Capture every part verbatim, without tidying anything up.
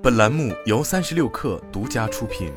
本栏目由三十六氪独家出品。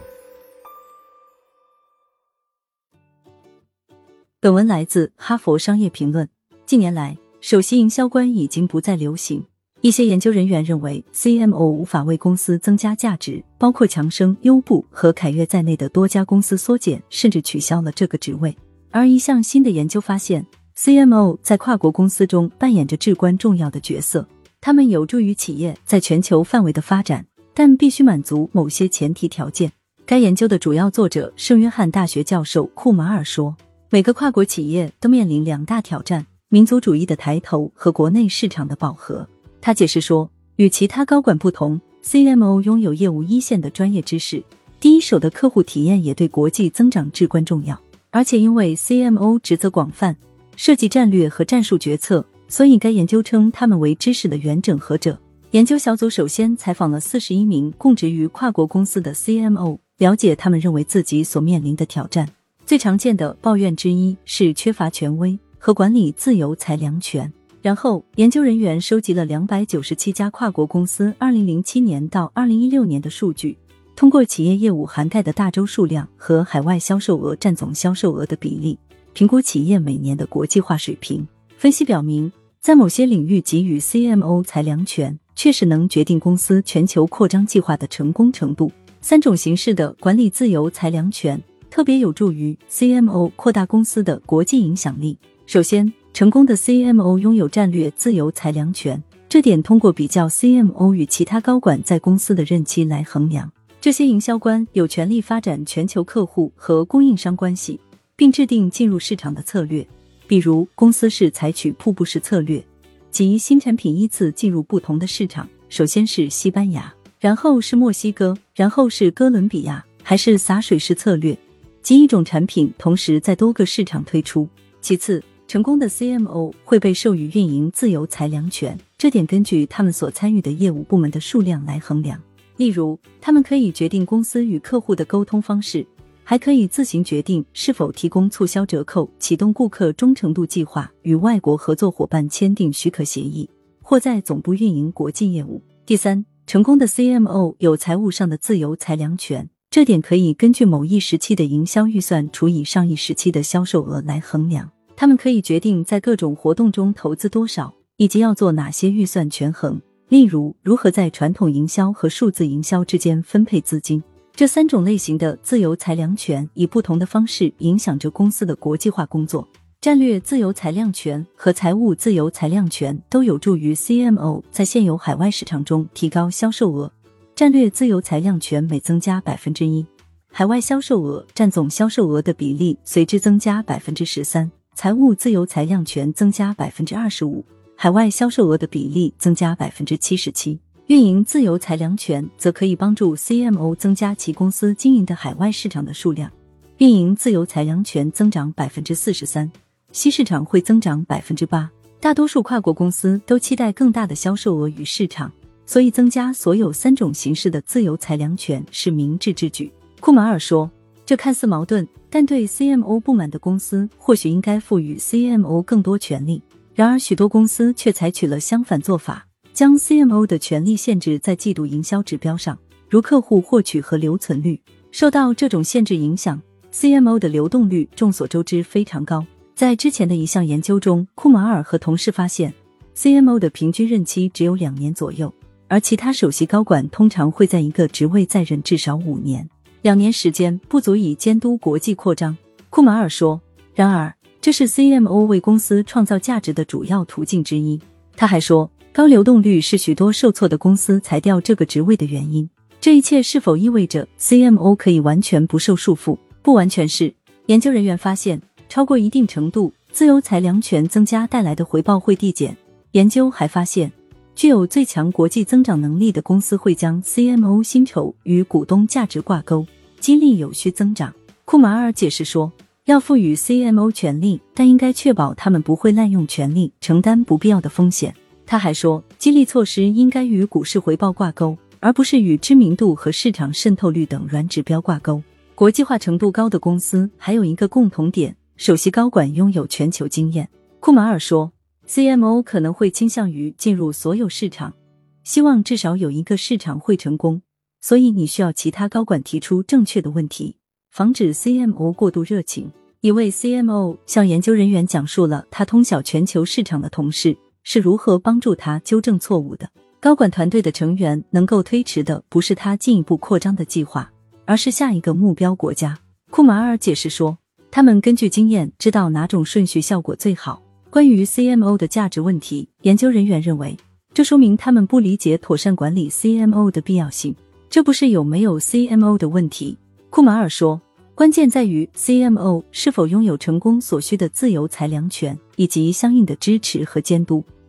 本文来自哈佛商业评论。近年来，首席营销官已经不再流行。一些研究人员认为 C M O 无法为公司增加价值，包括强生、优步和凯越在内的多家公司缩减甚至取消了这个职位。而一项新的研究发现， C M O 在跨国公司中扮演着至关重要的角色，他们有助于企业在全球范围的发展，但必须满足某些前提条件。该研究的主要作者圣约翰大学教授库马尔说，每个跨国企业都面临两大挑战：民族主义的抬头和国内市场的饱和。他解释说，与其他高管不同， C M O 拥有业务一线的专业知识，第一手的客户体验也对国际增长至关重要。而且因为 C M O 职责广泛，涉及战略和战术决策，所以该研究称他们为知识的原整合者。研究小组首先采访了四十一名供职于跨国公司的 C M O， 了解他们认为自己所面临的挑战。最常见的抱怨之一是缺乏权威和管理自由裁量权。然后，研究人员收集了两百九十七家跨国公司二零零七年到二零一六年的数据，通过企业业务涵盖的大洲数量和海外销售额占总销售额的比例，评估企业每年的国际化水平。分析表明，在某些领域给予 C M O 裁量权，确实能决定公司全球扩张计划的成功程度。三种形式的管理自由裁量权特别有助于 C M O 扩大公司的国际影响力。首先，成功的 C M O 拥有战略自由裁量权，这点通过比较 C M O 与其他高管在公司的任期来衡量。这些营销官有权利发展全球客户和供应商关系，并制定进入市场的策略。比如，公司是采取瀑布式策略，即新产品依次进入不同的市场，首先是西班牙，然后是墨西哥，然后是哥伦比亚，还是洒水式策略，即一种产品同时在多个市场推出。其次，成功的 C M O 会被授予运营自由裁量权，这点根据他们所参与的业务部门的数量来衡量。例如，他们可以决定公司与客户的沟通方式，还可以自行决定是否提供促销折扣、启动顾客忠诚度计划、与外国合作伙伴签订许可协议，或在总部运营国际业务。第三，成功的 C M O 有财务上的自由裁量权，这点可以根据某一时期的营销预算除以上一时期的销售额来衡量。他们可以决定在各种活动中投资多少，以及要做哪些预算权衡，例如如何在传统营销和数字营销之间分配资金。这三种类型的自由裁量权以不同的方式影响着公司的国际化工作。战略自由裁量权和财务自由裁量权都有助于 C M O 在现有海外市场中提高销售额。战略自由裁量权每增加 百分之一， 海外销售额占总销售额的比例随之增加 百分之十三， 财务自由裁量权增加 百分之二十五， 海外销售额的比例增加 百分之七十七。运营自由裁量权则可以帮助 C M O 增加其公司经营的海外市场的数量。运营自由裁量权增长 百分之四十三， 西市场会增长 百分之八。 大多数跨国公司都期待更大的销售额与市场，所以增加所有三种形式的自由裁量权是明智之举。库马尔说，这看似矛盾，但对 C M O 不满的公司或许应该赋予 C M O 更多权利。然而许多公司却采取了相反做法，将 C M O 的权利限制在季度营销指标上，如客户获取和留存率。受到这种限制影响， C M O 的流动率众所周知非常高。在之前的一项研究中，库马尔和同事发现 C M O 的平均任期只有两年左右，而其他首席高管通常会在一个职位在任至少五年。两年时间不足以监督国际扩张，库马尔说。然而，这是 C M O 为公司创造价值的主要途径之一。他还说，高流动率是许多受挫的公司裁掉这个职位的原因。这一切是否意味着 C M O 可以完全不受束缚？不完全是。研究人员发现，超过一定程度，自由裁量权增加带来的回报会递减。研究还发现，具有最强国际增长能力的公司会将 C M O 薪酬与股东价值挂钩，激励有序增长。库马尔解释说，要赋予 C M O 权利，但应该确保他们不会滥用权力，承担不必要的风险。他还说，激励措施应该与股市回报挂钩，而不是与知名度和市场渗透率等软指标挂钩。国际化程度高的公司还有一个共同点，首席高管拥有全球经验。库马尔说， C M O 可能会倾向于进入所有市场， 希望至少有一个市场会成功，所以你需要其他高管提出正确的问题，防止 C M O 过度热情。一位 C M O 向研究人员讲述了他通晓全球市场的同事是如何帮助他纠正错误的。高管团队的成员能够推迟的不是他进一步扩张的计划，而是下一个目标国家。库马尔解释说，他们根据经验知道哪种顺序效果最好。关于 C M O 的价值问题，研究人员认为，这说明他们不理解妥善管理 C M O 的必要性。这不是有没有 C M O 的问题，库马尔说，关键在于 C M O 是否拥有成功所需的自由裁量权，以及相应的支持和监督。